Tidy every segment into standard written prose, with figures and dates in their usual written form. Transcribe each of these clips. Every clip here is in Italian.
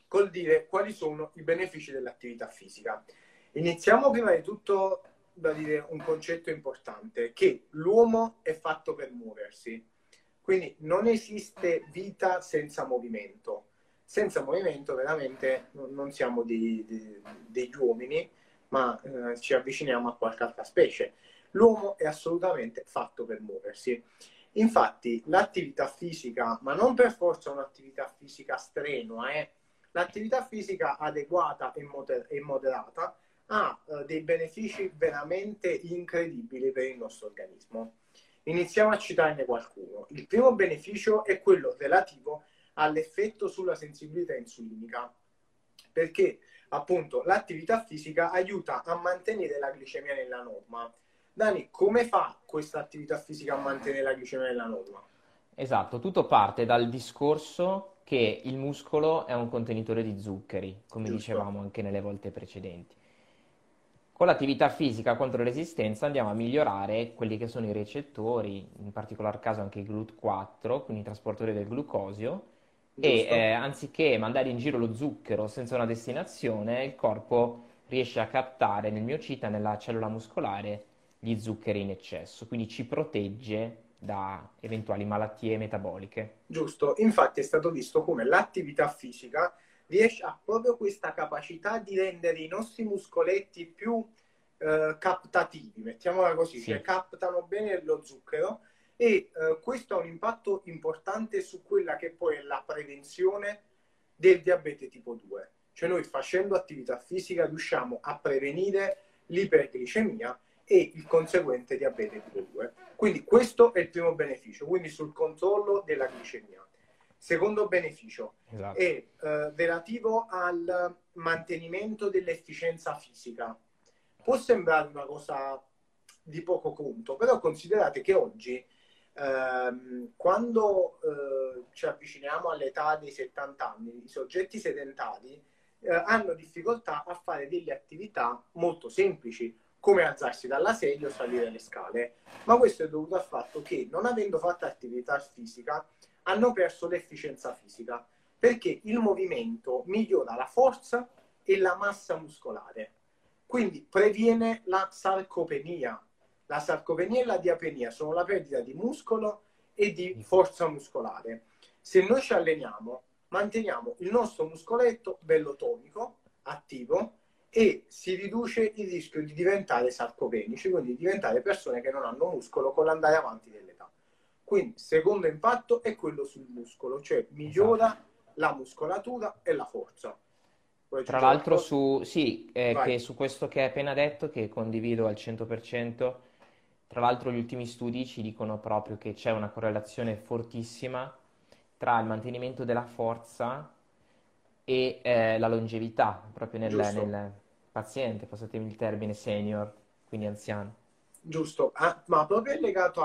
col dire quali sono i benefici dell'attività fisica. Iniziamo prima di tutto da dire un concetto importante, che l'uomo è fatto per muoversi, quindi non esiste vita senza movimento. Senza movimento veramente non siamo degli uomini, ma ci avviciniamo a qualche altra specie. L'uomo è assolutamente fatto per muoversi. Infatti l'attività fisica, ma non per forza un'attività fisica strenua, l'attività fisica adeguata e moderata ha dei benefici veramente incredibili per il nostro organismo. Iniziamo a citarne qualcuno. Il primo beneficio è quello relativo all'effetto sulla sensibilità insulinica, perché appunto l'attività fisica aiuta a mantenere la glicemia nella norma. Dani, come fa questa attività fisica a mantenere la glicemia nella norma? Esatto, tutto parte dal discorso che il muscolo è un contenitore di zuccheri, come Giusto? dicevamo anche nelle volte precedenti. Con l'attività fisica contro resistenza andiamo a migliorare quelli che sono i recettori, in particolar caso anche il GLUT4, quindi i trasportatori del glucosio, e Giusto? anziché mandare in giro lo zucchero senza una destinazione, il corpo riesce a captare nel miocita, nella cellula muscolare, gli zuccheri in eccesso, quindi ci protegge da eventuali malattie metaboliche. Giusto, infatti è stato visto come l'attività fisica riesce a proprio questa capacità di rendere i nostri muscoletti più captativi, mettiamola così, cioè Sì, captano bene lo zucchero e questo ha un impatto importante su quella che poi è la prevenzione del diabete tipo 2. Cioè noi facendo attività fisica riusciamo a prevenire l'iperglicemia e il conseguente diabete tipo 2. Quindi questo è il primo beneficio, quindi sul controllo della glicemia. Secondo beneficio è esatto. relativo al mantenimento dell'efficienza fisica. Può sembrare una cosa di poco conto, però considerate che oggi, quando ci avviciniamo all'età dei 70 anni, i soggetti sedentari hanno difficoltà a fare delle attività molto semplici, come alzarsi dalla sedia o salire le scale. Ma questo è dovuto al fatto che, non avendo fatto attività fisica, hanno perso l'efficienza fisica, perché il movimento migliora la forza e la massa muscolare. Quindi previene la sarcopenia. La sarcopenia e la diapenia sono la perdita di muscolo e di forza muscolare. Se noi ci alleniamo, manteniamo il nostro muscoletto bello tonico, attivo, e si riduce il rischio di diventare sarcopenici, quindi di diventare persone che non hanno muscolo con l'andare avanti dell'età. Quindi, secondo impatto è quello sul muscolo, cioè Esatto. migliora la muscolatura e la forza. Vuoi Tra aggiungere l'altro qualcosa? su, sì, Vai. che su questo che hai appena detto, che condivido al 100%, tra l'altro gli ultimi studi ci dicono proprio che c'è una correlazione fortissima tra il mantenimento della forza e la longevità, proprio Giusto, nel paziente, passatemi il termine senior, quindi anziano. giusto. Ah, ma proprio è legato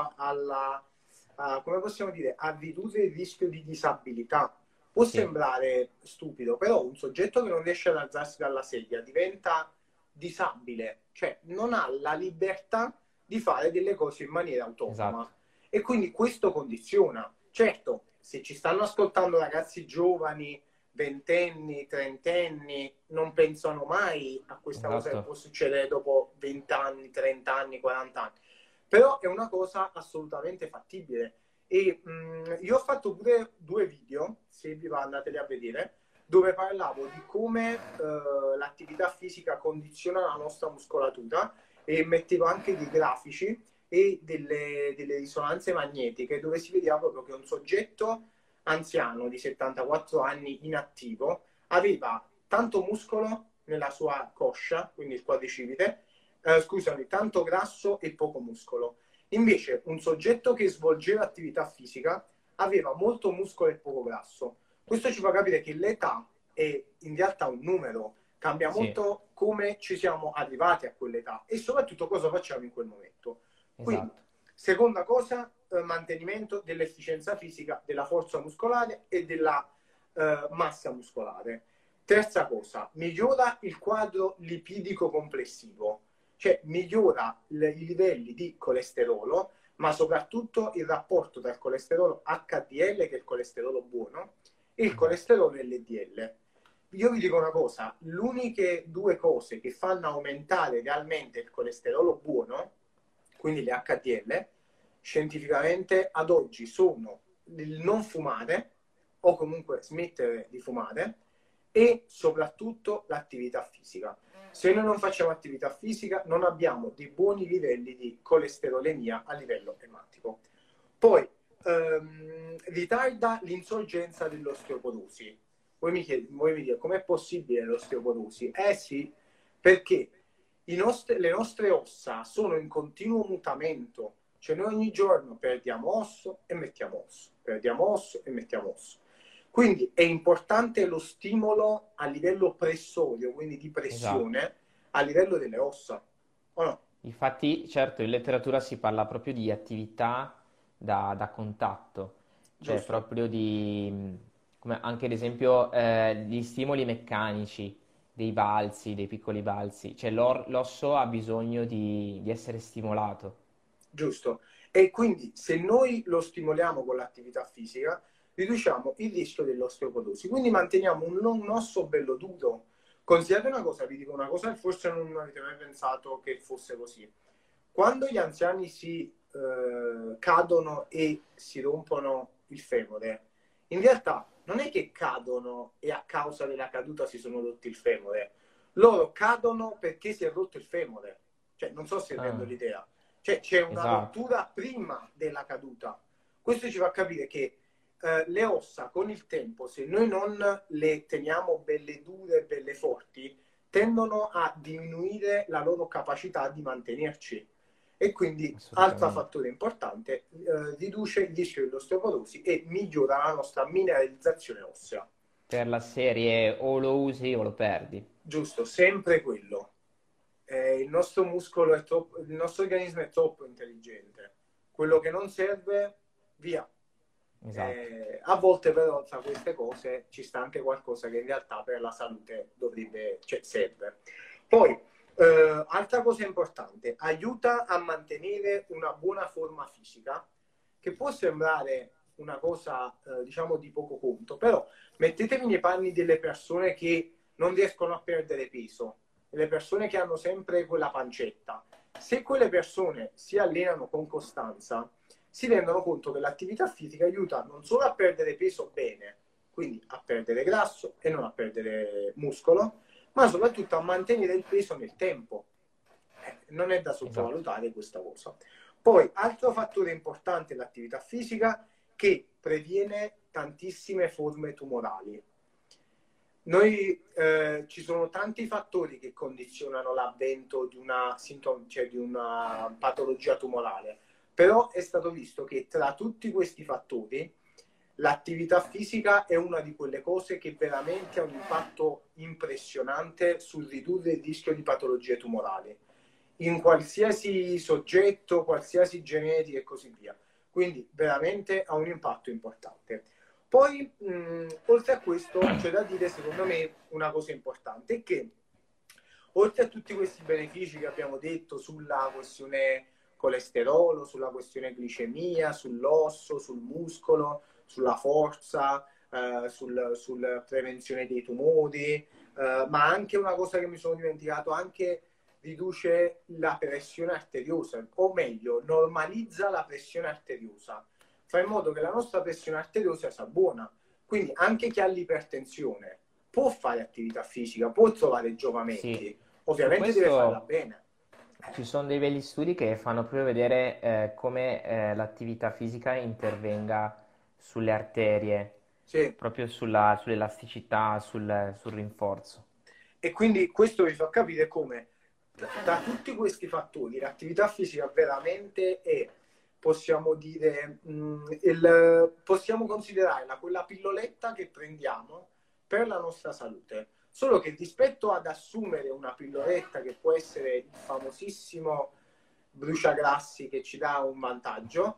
come possiamo dire, a ridurre il rischio di disabilità. Può Sì, sembrare stupido, però un soggetto che non riesce ad alzarsi dalla sedia diventa disabile, cioè non ha la libertà di fare delle cose in maniera esatto, autonoma. E quindi questo condiziona. Certo, se ci stanno ascoltando ragazzi giovani, ventenni, trentenni, non pensano mai a questa cosa che esatto. può succedere dopo 20 anni, 30 anni, 40 anni. Però è una cosa assolutamente fattibile. E io ho fatto pure due video, se vi va andateli a vedere, dove parlavo di come l'attività fisica condiziona la nostra muscolatura e mettevo anche dei grafici e delle risonanze magnetiche dove si vedeva proprio che un soggetto anziano di 74 anni inattivo aveva tanto muscolo nella sua coscia, quindi il quadricipite, scusami, tanto grasso e poco muscolo. Invece un soggetto che svolgeva attività fisica aveva molto muscolo e poco grasso. Questo ci fa capire che l'età è in realtà un numero, cambia Sì, molto come ci siamo arrivati a quell'età e soprattutto cosa facciamo in quel momento. Quindi, esatto. seconda cosa, mantenimento dell'efficienza fisica, della forza muscolare e della massa muscolare. Terza cosa, migliora il quadro lipidico complessivo, cioè migliora i livelli di colesterolo, ma soprattutto il rapporto tra il colesterolo HDL, che è il colesterolo buono, e il Esatto. colesterolo LDL. io vi dico una cosa, le uniche due cose che fanno aumentare realmente il colesterolo buono, quindi le HDL, scientificamente ad oggi sono il non fumare o comunque smettere di fumare e soprattutto l'attività fisica. Se noi non facciamo attività fisica non abbiamo dei buoni livelli di colesterolemia a livello ematico. Poi ritarda l'insorgenza dell'osteoporosi. Voi mi dite, com'è possibile l'osteoporosi? Eh sì, perché le nostre ossa sono in continuo mutamento, cioè noi ogni giorno perdiamo osso e mettiamo osso, perdiamo osso e mettiamo osso. Quindi è importante lo stimolo a livello pressorio, quindi di pressione, Esatto. a livello delle ossa, o no? Infatti, certo, in letteratura si parla proprio di attività da contatto, cioè Giusto? proprio di, come anche ad esempio, gli stimoli meccanici, dei balzi, dei piccoli balzi, cioè l'osso ha bisogno di essere stimolato. Giusto. E quindi se noi lo stimoliamo con l'attività fisica, riduciamo il rischio dell'osteoporosi. Quindi manteniamo un osso bello duro. Considerate una cosa, vi dico una cosa che forse non avete mai pensato che fosse così. Quando gli anziani cadono e si rompono il femore, in realtà non è che cadono e a causa della caduta si sono rotti il femore. Loro cadono perché si è rotto il femore. Cioè, non so se rendo Ah, l'idea. Cioè c'è una esatto, rottura prima della caduta. Questo ci fa capire che le ossa con il tempo, se noi non le teniamo belle dure, belle forti, tendono a diminuire la loro capacità di mantenerci. E quindi, altro assolutamente. fattore importante, riduce il rischio dell'osteoporosi e migliora la nostra mineralizzazione ossea. Per la serie o lo usi o lo perdi. Giusto, sempre quello. Il nostro muscolo è troppo, il nostro organismo è troppo intelligente. Quello che non serve, via. Esatto. A volte però tra queste cose ci sta anche qualcosa che in realtà per la salute dovrebbe, cioè serve. Poi, altra cosa importante, aiuta a mantenere una buona forma fisica, che può sembrare una cosa, diciamo, di poco conto, però mettetevi nei panni delle persone che non riescono a perdere peso, le persone che hanno sempre quella pancetta. Se quelle persone si allenano con costanza, si rendono conto che l'attività fisica aiuta non solo a perdere peso bene, quindi a perdere grasso e non a perdere muscolo, ma soprattutto a mantenere il peso nel tempo. Non è da Esatto. sottovalutare questa cosa. Poi, altro fattore importante è l'attività fisica che previene tantissime forme tumorali. Ci sono tanti fattori che condizionano l'avvento di cioè di una patologia tumorale, però è stato visto che tra tutti questi fattori l'attività fisica è una di quelle cose che veramente ha un impatto impressionante sul ridurre il rischio di patologie tumorali in qualsiasi soggetto, qualsiasi genetica e così via. Quindi veramente ha un impatto importante. Poi, oltre a questo, c'è da dire, secondo me, una cosa importante, che oltre a tutti questi benefici che abbiamo detto sulla questione colesterolo, sulla questione glicemia, sull'osso, sul muscolo, sulla forza, sulla prevenzione dei tumori, ma anche una cosa che mi sono dimenticato, anche riduce la pressione arteriosa, o meglio, normalizza la pressione arteriosa, fa in modo che la nostra pressione arteriosa sia buona. Quindi anche chi ha l'ipertensione può fare attività fisica, può trovare Sì, giovamenti, su ovviamente deve farla questo bene. ci sono dei begli studi che fanno proprio vedere come l'attività fisica intervenga sulle arterie, Sì. proprio sull'elasticità, sul rinforzo. E quindi questo vi fa capire come da tutti questi fattori l'attività fisica veramente è, possiamo dire, possiamo considerarla quella pilloletta che prendiamo per la nostra salute. Solo che rispetto ad assumere una pilloletta che può essere il famosissimo bruciagrassi che ci dà un vantaggio,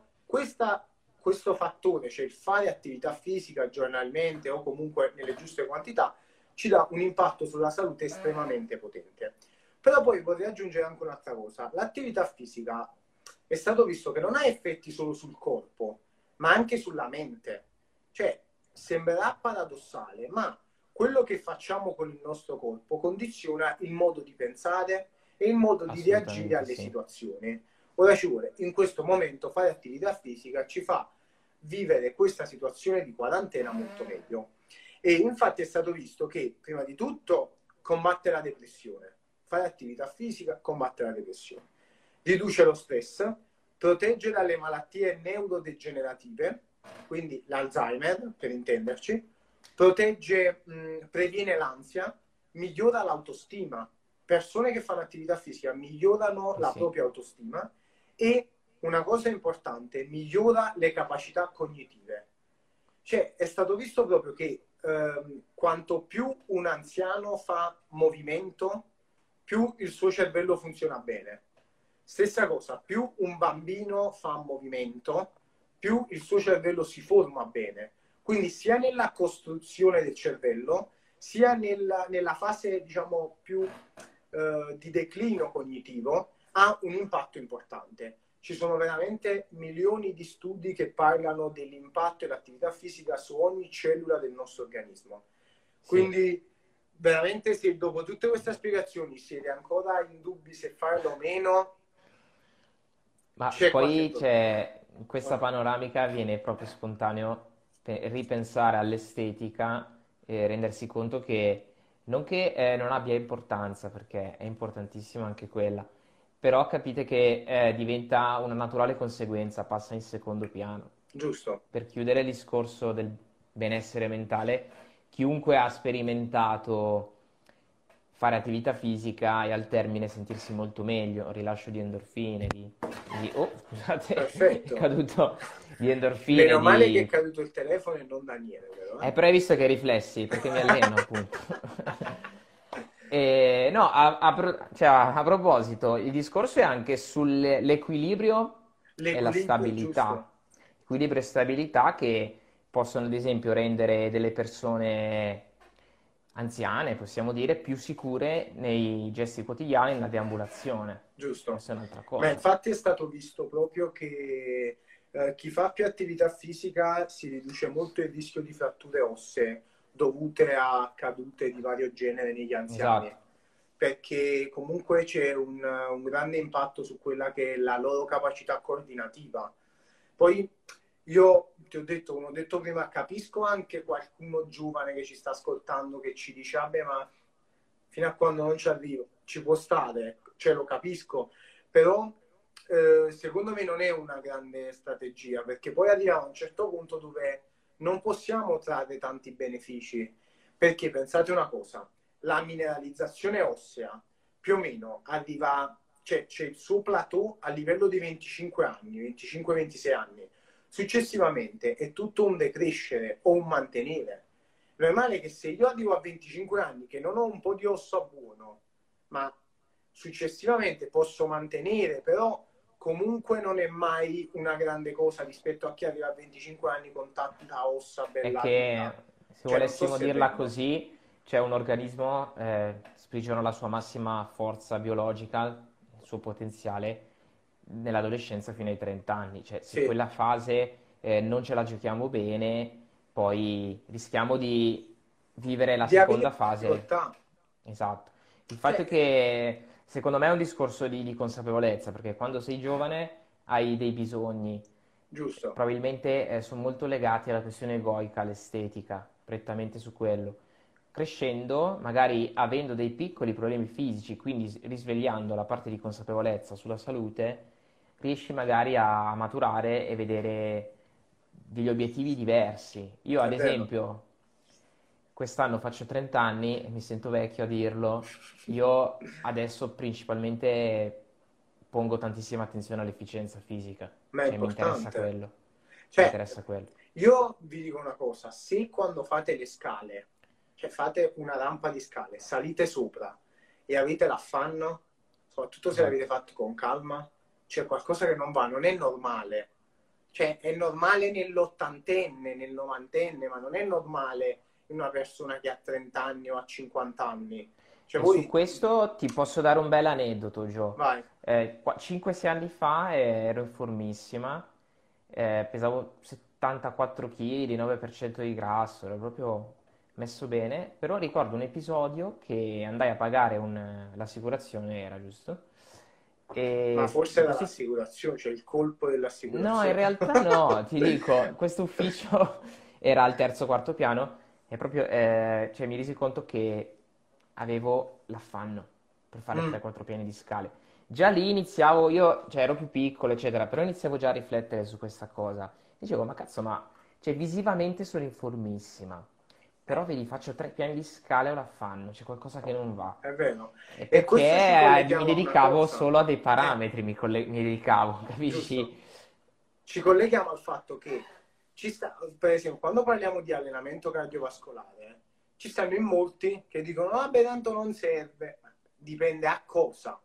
questo fattore, cioè il fare attività fisica giornalmente o comunque nelle giuste quantità, ci dà un impatto sulla salute estremamente potente. Però poi vorrei aggiungere anche un'altra cosa. L'attività fisica è stato visto che non ha effetti solo sul corpo, ma anche sulla mente. Cioè, sembrerà paradossale, ma quello che facciamo con il nostro corpo condiziona il modo di pensare e il modo di reagire Assolutamente alle sì. situazioni. Ora ci vuole, in questo momento fare attività fisica ci fa vivere questa situazione di quarantena molto meglio. E infatti è stato visto che, prima di tutto, combatte la depressione. Fare attività fisica combatte la depressione. Riduce lo stress, protegge dalle malattie neurodegenerative, quindi l'Alzheimer, per intenderci, protegge, previene l'ansia, migliora l'autostima. Persone che fanno attività fisica migliorano la Sì, propria autostima e una cosa importante, migliora le capacità cognitive. Cioè, è stato visto proprio che quanto più un anziano fa movimento, più il suo cervello funziona bene. Stessa cosa, più un bambino fa movimento, più il suo cervello si forma bene. Quindi sia nella costruzione del cervello, sia nella fase, diciamo, più di declino cognitivo, ha un impatto importante. Ci sono veramente milioni di studi che parlano dell'impatto dell'attività fisica su ogni cellula del nostro organismo. sì. Quindi veramente se dopo tutte queste spiegazioni siete ancora in dubbi se farlo o meno, Ma c'è qualche poi problema. c'è, in questa panoramica viene proprio spontaneo ripensare all'estetica e rendersi conto che non che non abbia importanza, perché è importantissima anche quella, però capite che diventa una naturale conseguenza, passa in secondo piano. Giusto? Per chiudere il discorso del benessere mentale, chiunque ha sperimentato fare attività fisica e al termine sentirsi molto meglio, rilascio di endorfine, oh, scusate, è Perfetto. caduto, di endorfine, Meno male che è di... caduto il telefono e non Daniele, però, eh? Però hai visto che riflessi, perché mi alleno appunto. E, no, cioè, a proposito, il discorso è anche sull'equilibrio e la L'equilibrio, stabilità. giusto? Equilibrio e stabilità che possono ad esempio rendere delle persone anziane, possiamo dire, più sicure nei gesti quotidiani, nella deambulazione. Giusto. Questa è un'altra Ma cosa. infatti è stato visto proprio che chi fa più attività fisica si riduce molto il rischio di fratture ossee dovute a cadute di vario genere negli anziani, Esatto. perché comunque c'è un grande impatto su quella che è la loro capacità coordinativa. Poi io ti ho detto, come ho detto prima, capisco anche qualcuno giovane che ci sta ascoltando che ci dice, vabbè, ma fino a quando non ci arrivo, ci può stare, cioè lo capisco, però secondo me non è una grande strategia, perché poi arriviamo a un certo punto dove non possiamo trarre tanti benefici, perché pensate una cosa, la mineralizzazione ossea più o meno arriva, cioè c'è il suo plateau a livello di 25 anni, 25-26 anni, successivamente è tutto un decrescere o un mantenere. Normale che se io arrivo a 25 anni che non ho un po' di osso a buono, ma successivamente posso mantenere, però comunque non è mai una grande cosa rispetto a chi arriva a 25 anni con tanta ossa È bella che, dura. se Cioè, non so volessimo se dirla rendo. così, c'è un organismo, sprigiona la sua massima forza biologica, il suo potenziale, nell'adolescenza fino ai 30 anni. Cioè, se Sì, quella fase, non ce la giochiamo bene, poi rischiamo di vivere la di avere seconda fase. difficoltà. Esatto. Il fatto è Cioè, che, secondo me, è un discorso di consapevolezza, perché quando sei giovane hai dei bisogni giusto, probabilmente sono molto legati alla questione egoica, all'estetica, prettamente su quello. Crescendo, magari avendo dei piccoli problemi fisici, quindi risvegliando la parte di consapevolezza sulla salute, riesci magari a maturare e vedere degli obiettivi diversi. Io, è ad vero. esempio, quest'anno faccio 30 anni e mi sento vecchio a dirlo. Io adesso principalmente pongo tantissima attenzione all'efficienza fisica, Ma è cioè mi interessa importante. quello. Mi Cioè, interessa quello. io vi dico una cosa, se quando fate le scale, cioè fate una rampa di scale, salite sopra e avete l'affanno, soprattutto se l'avete Esatto. fatto con calma, c'è qualcosa che non va, non è normale. Cioè, è normale nell'ottantenne, nel novantenne, ma non è normale in una persona che ha 30 anni o ha 50 anni. Cioè, E su voi, questo ti posso dare un bel aneddoto, Gio. vai, 5-6 anni fa ero in formissima, pesavo 74 kg, 9% di grasso, ero proprio messo bene, però ricordo un episodio che andai a pagare l'assicurazione, era giusto? Ma E forse era questo l'assicurazione, cioè il colpo No, in dell'assicurazione. realtà no, ti dico, questo ufficio era al terzo o quarto piano e proprio, cioè, mi resi conto che avevo l'affanno per fare Mm, 3-4 piani di scale. Già lì iniziavo, io, cioè ero più piccolo, eccetera, però iniziavo già a riflettere su questa cosa. Dicevo, ma cazzo, ma, cioè, visivamente sono in formissima, però vedi, faccio 3 piani di scale e ho l'affanno, c'è qualcosa che non va. è vero. E E perché questo ci mi colleghiamo a una dedicavo cosa. solo a dei Eh, parametri, mi dedicavo, giusto. capisci? Ci colleghiamo al fatto che ci sta, per esempio, quando parliamo di allenamento cardiovascolare, ci stanno in molti che dicono, vabbè, tanto non serve. Dipende a cosa.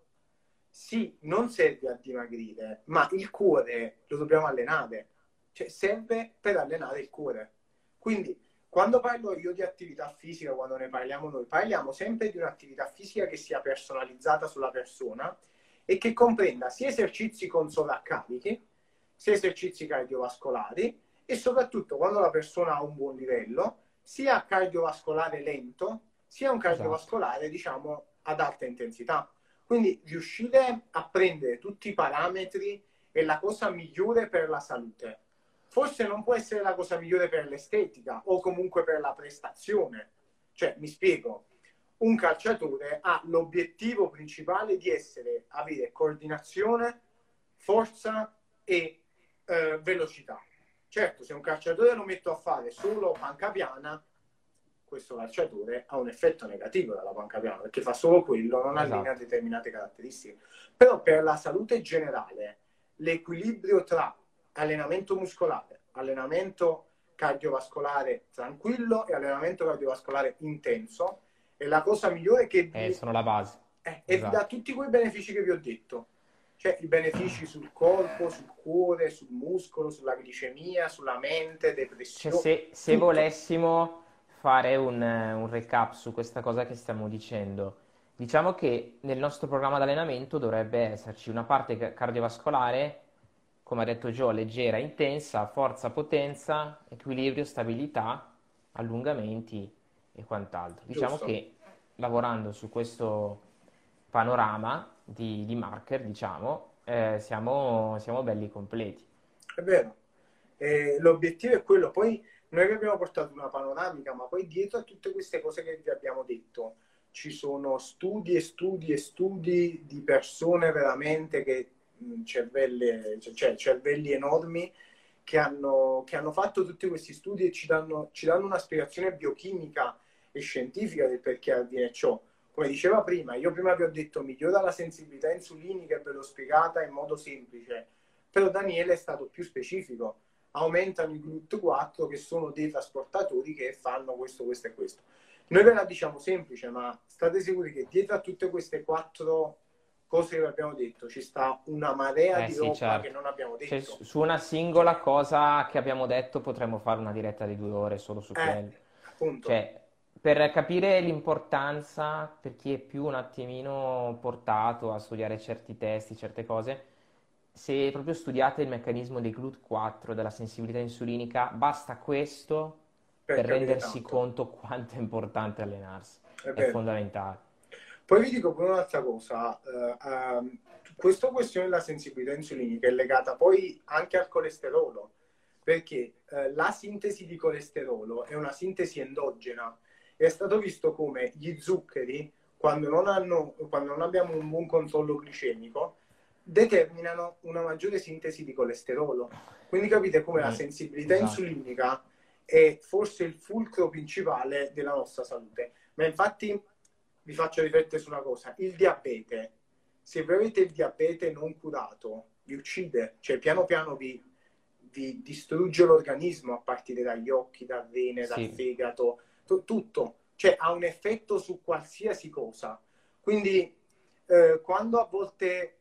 Sì, non serve a dimagrire, ma il cuore lo dobbiamo allenare. Cioè, serve per allenare il cuore. Quindi, quando parlo io di attività fisica, quando ne parliamo noi, parliamo sempre di un'attività fisica che sia personalizzata sulla persona e che comprenda sia esercizi con sovraccarichi, sia esercizi cardiovascolari e soprattutto quando la persona ha un buon livello, sia cardiovascolare lento, sia un Esatto. cardiovascolare, diciamo, ad alta intensità. Quindi riuscire a prendere tutti i parametri è la cosa migliore per la salute. Forse non può essere la cosa migliore per l'estetica o comunque per la prestazione. Cioè, mi spiego, un calciatore ha l'obiettivo principale di avere coordinazione, forza e velocità. Certo, se un calciatore lo metto a fare solo panca piana, questo calciatore ha un effetto negativo dalla panca piana perché fa solo quello, non allena Esatto. determinate caratteristiche. Però per la salute generale, l'equilibrio tra allenamento muscolare, allenamento cardiovascolare tranquillo e allenamento cardiovascolare intenso è la cosa migliore Sono la base. e vi dà Esatto. tutti quei benefici che vi ho detto. Cioè i benefici sul corpo, sul cuore, sul muscolo, sulla glicemia, sulla mente, Cioè, depressione, se tutto. volessimo fare un recap su questa cosa che stiamo dicendo, diciamo che nel nostro programma di allenamento dovrebbe esserci una parte cardiovascolare, come ha detto Joe, leggera, intensa, forza, potenza, equilibrio, stabilità, allungamenti e quant'altro. Diciamo Giusto, che lavorando su questo panorama di marker, diciamo, siamo belli completi. è vero. L'obiettivo è quello. Poi noi vi abbiamo portato una panoramica, ma poi dietro a tutte queste cose che vi abbiamo detto ci sono studi e studi e studi di persone veramente cioè cervelli enormi che hanno fatto tutti questi studi e ci danno una spiegazione biochimica e scientifica del perché avviene ciò. Come diceva prima, io prima vi ho detto migliora la sensibilità insulinica e ve l'ho spiegata in modo semplice, però Daniele è stato più specifico. Aumentano i GLUT4 che sono dei trasportatori che fanno questo, questo e questo. Noi ve la diciamo semplice, ma state sicuri che dietro a tutte queste 4 cose che vi abbiamo detto ci sta una marea Eh di sì, roba che certo. non abbiamo Cioè, detto. su una Cioè, singola cosa che abbiamo detto potremmo fare una diretta di 2 ore solo su quello. appunto, Cioè, per capire l'importanza, per chi è più un attimino portato a studiare certi testi, certe cose, se proprio studiate il meccanismo dei GLUT4, della sensibilità insulinica, basta questo per per capire rendersi tanto. conto quanto è importante allenarsi. È È vero. fondamentale. Poi vi dico pure un'altra cosa, questa questione della sensibilità insulinica è legata poi anche al colesterolo, perché la sintesi di colesterolo è una sintesi endogena. È stato visto come gli zuccheri, quando non abbiamo un buon controllo glicemico, determinano una maggiore sintesi di colesterolo. Quindi capite come la Mm, sensibilità esatto. insulinica è forse il fulcro principale della nostra salute. Ma infatti vi faccio riflettere su una cosa, il diabete, se voi avete il diabete non curato, vi uccide, cioè piano piano vi distrugge l'organismo a partire dagli occhi, dal rene, dal Sì, fegato, tutto, cioè ha un effetto su qualsiasi cosa. Quindi quando a volte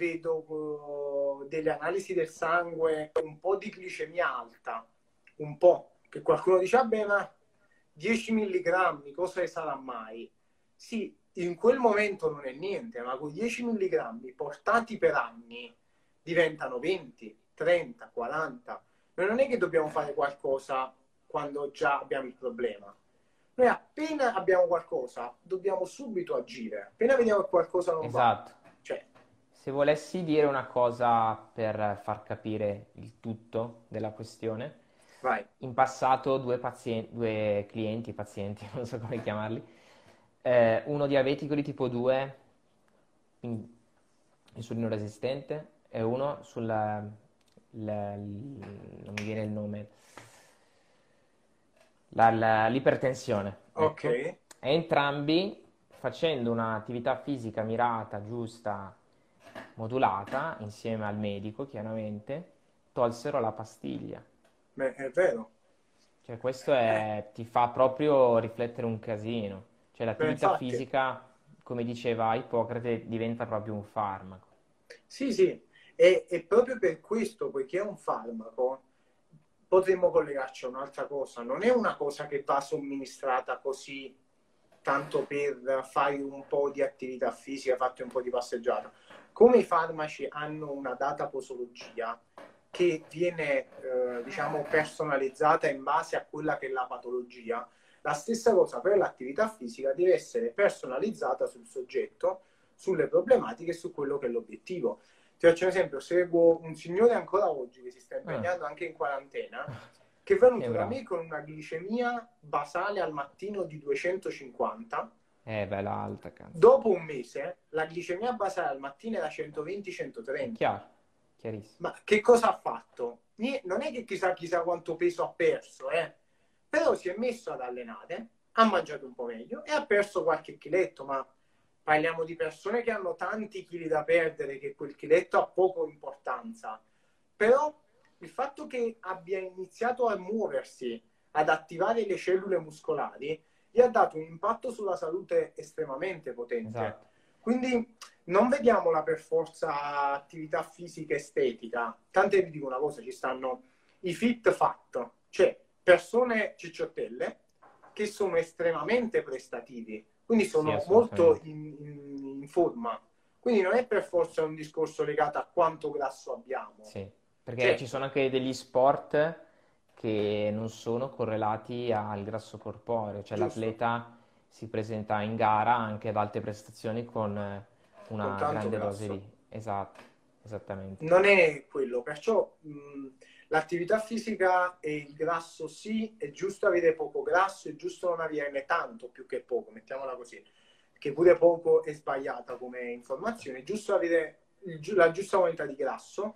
vedo delle analisi del sangue, un po' di glicemia alta, un po', che qualcuno dice, vabbè, ma 10 milligrammi, cosa ne sarà mai? Sì, in quel momento non è niente, ma con 10 milligrammi portati per anni diventano 20, 30, 40. Noi non è che dobbiamo fare qualcosa quando già abbiamo il problema. Noi appena abbiamo qualcosa, dobbiamo subito agire. Appena vediamo che qualcosa non va, Esatto. cioè, Se volessi dire una cosa per far capire il tutto della questione, vai. in passato due clienti, pazienti, non so come chiamarli, uno diabetico di tipo 2, quindi insulino resistente, e uno non mi viene il nome, l'ipertensione, Ok. ecco. E entrambi, facendo un'attività fisica mirata, giusta, modulata, insieme al medico, chiaramente, tolsero la pastiglia. Beh, è vero. Cioè, questo Eh, ti fa proprio riflettere un casino. Cioè, beh, l'attività infatti, fisica, come diceva Ippocrate, diventa proprio un farmaco. sì, sì, e proprio per questo, poiché è un farmaco, potremmo collegarci a un'altra cosa. Non è una cosa che va somministrata così, tanto per fare un po' di attività fisica, fare un po' di passeggiata. Come i farmaci hanno una data posologia che viene, diciamo, personalizzata in base a quella che è la patologia, la stessa cosa per l'attività fisica deve essere personalizzata sul soggetto, sulle problematiche e su quello che è l'obiettivo. Ti faccio un esempio, seguo un signore ancora oggi che si sta Ah, impegnando anche in quarantena, che è venuto da bravo. me con una glicemia basale al mattino di 250. Bella alta, cazzo. Dopo un mese la glicemia basale al mattino era È 120-130. chiaro, chiarissimo. Ma che cosa ha fatto? Non è che chissà quanto peso ha perso, però si è messo ad allenare, ha mangiato un po' meglio e ha perso qualche chiletto, ma parliamo di persone che hanno tanti chili da perdere, che quel chiletto ha poco importanza. Però il fatto che abbia iniziato a muoversi, ad attivare le cellule muscolari, gli ha dato un impatto sulla salute estremamente potente. Esatto. Quindi non vediamola per forza attività fisica estetica. Tante vi dico una cosa, ci stanno i fit fat, cioè persone cicciottelle che sono estremamente prestativi, quindi Sì, sono molto assolutamente. in forma. Quindi non è per forza un discorso legato a quanto grasso abbiamo. Sì, perché ci sono Certo, anche degli sport che non sono correlati al grasso corporeo, cioè giusto, l'atleta si presenta in gara anche ad alte prestazioni con con una tanto grande dose di... grasso. Esatto, esattamente. Non è quello, perciò l'attività fisica e il grasso sì, è giusto avere poco grasso, è giusto non averne tanto più che poco, mettiamola così, che pure poco è sbagliata come informazione, è giusto avere la giusta quantità di grasso,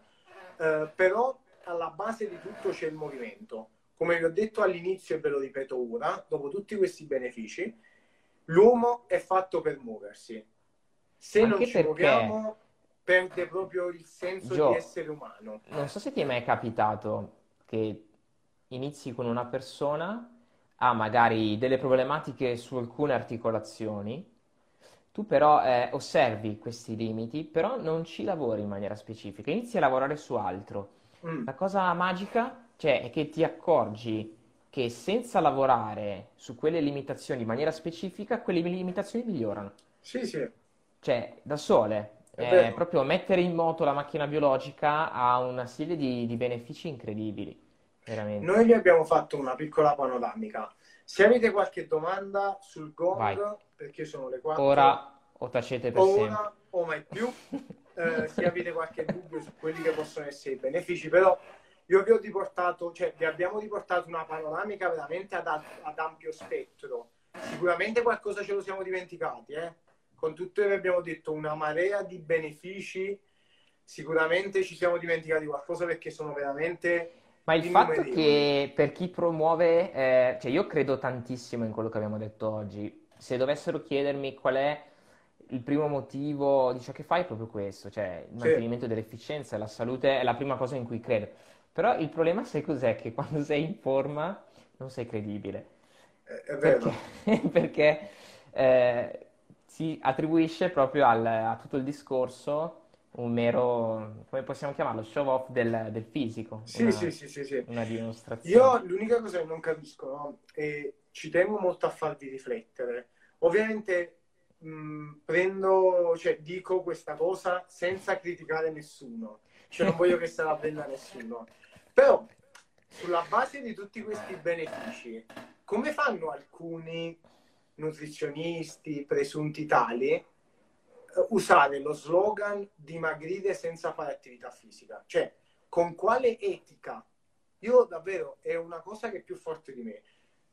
però alla base di tutto c'è il movimento. Come vi ho detto all'inizio e ve lo ripeto ora, dopo tutti questi benefici, l'uomo è fatto per muoversi. Se non Anche ci perché, muoviamo, perde proprio il senso di Gio, essere umano. non so se ti è mai capitato che inizi con una persona, ha magari delle problematiche su alcune articolazioni. Tu però osservi questi limiti, però non ci lavori in maniera specifica, inizi a lavorare su altro. Mm. La cosa magica, cioè, è che ti accorgi che senza lavorare su quelle limitazioni in maniera specifica, quelle limitazioni migliorano. Sì, sì, Cioè, da sole. è vero. Proprio mettere in moto la macchina biologica ha una serie di benefici incredibili, veramente. Noi vi abbiamo fatto una piccola panoramica. Se avete qualche domanda sul Vai, gong, perché sono le 4, ora o tacete per o sempre. ora o mai più, se avete qualche dubbio su quelli che possono essere i benefici, però io vi ho riportato, cioè vi abbiamo riportato una panoramica veramente ad ampio spettro. Sicuramente qualcosa ce lo siamo dimenticati, con tutto che vi abbiamo detto, una marea di benefici, sicuramente ci siamo dimenticati qualcosa perché sono veramente Ma il fatto innumerevoli. che per chi promuove, cioè io credo tantissimo in quello che abbiamo detto oggi. Se dovessero chiedermi qual è il primo motivo di ciò che fai, è proprio questo, cioè il Sì, mantenimento dell'efficienza e la salute è la prima cosa in cui credo. Però il problema, sai cos'è? Che quando sei in forma non sei credibile. è Perché? vero. Perché si attribuisce proprio a tutto il discorso un mero, come possiamo chiamarlo, show off del fisico, Sì, sì, sì, sì, sì. una dimostrazione. Io l'unica cosa che non capisco, no? E ci tengo molto a farvi riflettere. Ovviamente prendo, cioè dico questa cosa senza criticare nessuno, cioè non voglio che se la prenda nessuno. Però sulla base di tutti questi benefici, come fanno alcuni nutrizionisti presunti tali usare lo slogan dimagrire senza fare attività fisica? Cioè, con quale etica? Io davvero, è una cosa che è più forte di me.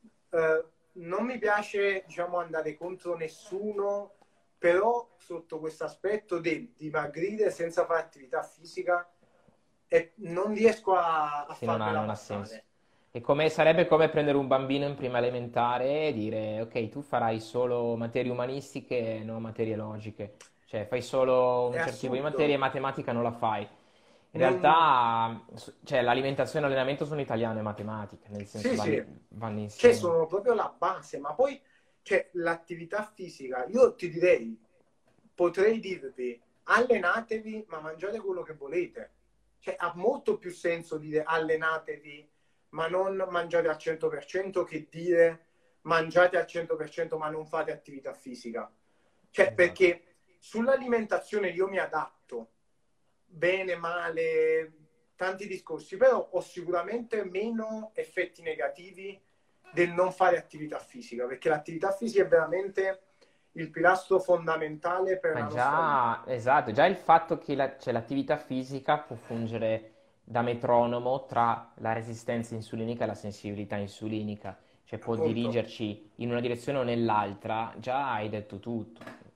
Non mi piace, diciamo, andare contro nessuno, però sotto questo aspetto del dimagrire senza fare attività fisica non riesco a Sì, non ha, farmela non ha senso. passare. Sarebbe come prendere un bambino in prima elementare e dire, ok, tu farai solo materie umanistiche e non materie logiche. Cioè, fai solo È un certo tipo di materie assurdo. e matematica non la fai. In Non... realtà, cioè, l'alimentazione e l'allenamento sono italiano e matematica, nel senso Sì, sì, vanno cioè insieme. sono proprio la base, ma poi c'è l'attività fisica. Io ti direi, potrei dirvi, allenatevi, ma mangiate quello che volete. Cioè ha molto più senso dire allenatevi, ma non mangiate al 100% che dire mangiate al 100% ma non fate attività fisica. Cioè, Esatto. perché sull'alimentazione io mi adatto, bene, male, tanti discorsi, però ho sicuramente meno effetti negativi del non fare attività fisica, perché l'attività fisica è veramente il pilastro fondamentale per Ma la nostra vita. già, esatto, già il fatto che cioè, l'attività fisica può fungere da metronomo tra la resistenza insulinica e la sensibilità insulinica, cioè può Appunto, dirigerci in una direzione o nell'altra, già hai detto tutto.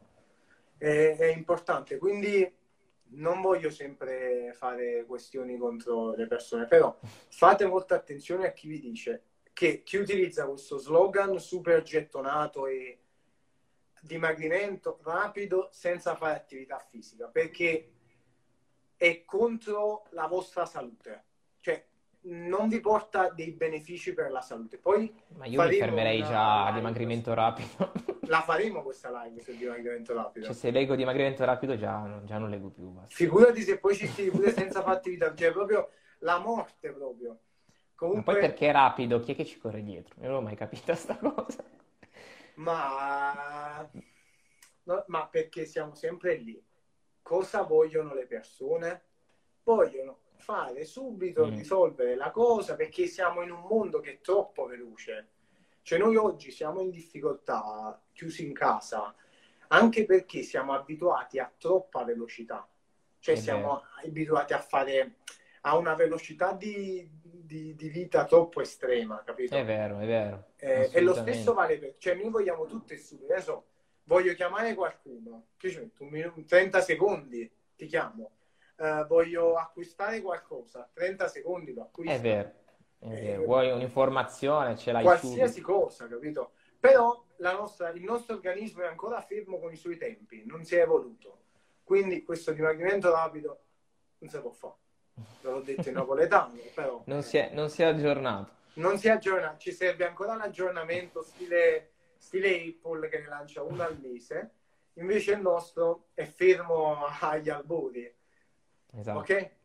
è importante, quindi non voglio sempre fare questioni contro le persone, però fate molta attenzione a chi vi dice che chi utilizza questo slogan super gettonato e dimagrimento rapido senza fare attività fisica, perché è contro la vostra salute, cioè non vi porta dei benefici per la salute. Poi Ma io mi faremo fermerei una già a live, dimagrimento rapido. la faremo questa live sul dimagrimento Cioè rapido. se leggo dimagrimento rapido già non leggo più, basta. Figurati se poi ci stiri pure senza fare attività, cioè proprio la morte proprio. Ma poi Comunque, perché è rapido? Chi è che ci corre dietro? Io non l'ho mai capita sta cosa. ma, no, ma perché siamo sempre lì? Cosa vogliono le persone? Vogliono fare subito, Mm, risolvere la cosa perché siamo in un mondo che è troppo veloce. Cioè noi oggi siamo in difficoltà, chiusi in casa, anche perché siamo abituati a troppa velocità. Cioè è vero, siamo abituati a fare a una velocità di vita troppo estrema, capito? è vero, E lo stesso assolutamente. vale per... Cioè noi vogliamo tutto e subito. Adesso voglio chiamare qualcuno, che ci metto 30 secondi, ti chiamo. Voglio acquistare qualcosa, 30 secondi lo È acquisto. vero, è vero. Eh, Vuoi un'informazione, ce l'hai qualsiasi subito. cosa, capito? Però il nostro organismo è ancora fermo con i suoi tempi, non si è evoluto. Quindi questo dimagrimento rapido non si può fare. Ve l'ho detto in napoletano, però Non si è aggiornato. non si aggiorna, ci serve ancora l'aggiornamento stile Apple che ne lancia uno al mese, invece il nostro è fermo agli albori, Esatto. ok?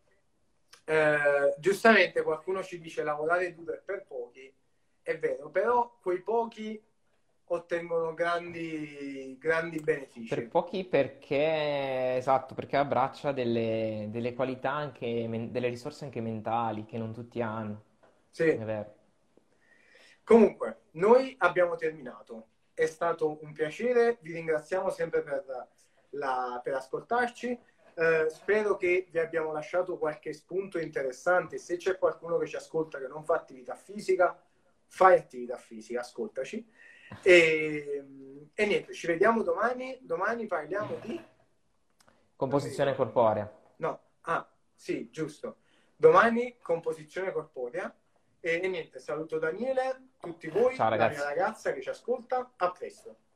Giustamente qualcuno ci dice lavorare duro e per pochi, è vero, però quei pochi ottengono grandi Per benefici. pochi perché, esatto, perché abbraccia delle qualità anche, delle risorse anche mentali che non tutti hanno. Sì. È vero. Comunque, noi abbiamo terminato. È stato un piacere, vi ringraziamo sempre per ascoltarci. Spero che vi abbiamo lasciato qualche spunto interessante. Se c'è qualcuno che ci ascolta che non fa attività fisica, fai attività fisica, ascoltaci. E, e niente, ci vediamo domani. Domani parliamo di... Non mi Composizione ricordo. corporea. No, ah, sì, giusto. Domani composizione corporea. E niente, saluto Daniele, tutti voi, Ciao la mia ragazzi. ragazza che ci ascolta. A presto.